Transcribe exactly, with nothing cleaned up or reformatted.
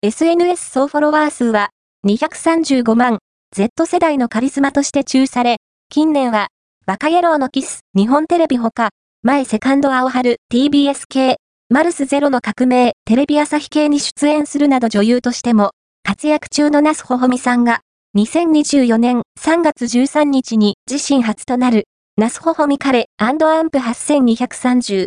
エスエヌエス 総フォロワー数はにひゃくさんじゅうごまん、Z 世代のカリスマとして注され、近年は、バカ野郎のキス、日本テレビほか、前セカンド青春、ティービーエス 系、マルスゼロの革命、テレビ朝日系に出演するなど女優としても、活躍中の那須ほほみさんが、にせんにじゅうよねんさんがつじゅうさんにちに自身初となる、那須ほほみカレ&アンプはっせんにひゃくさんじゅう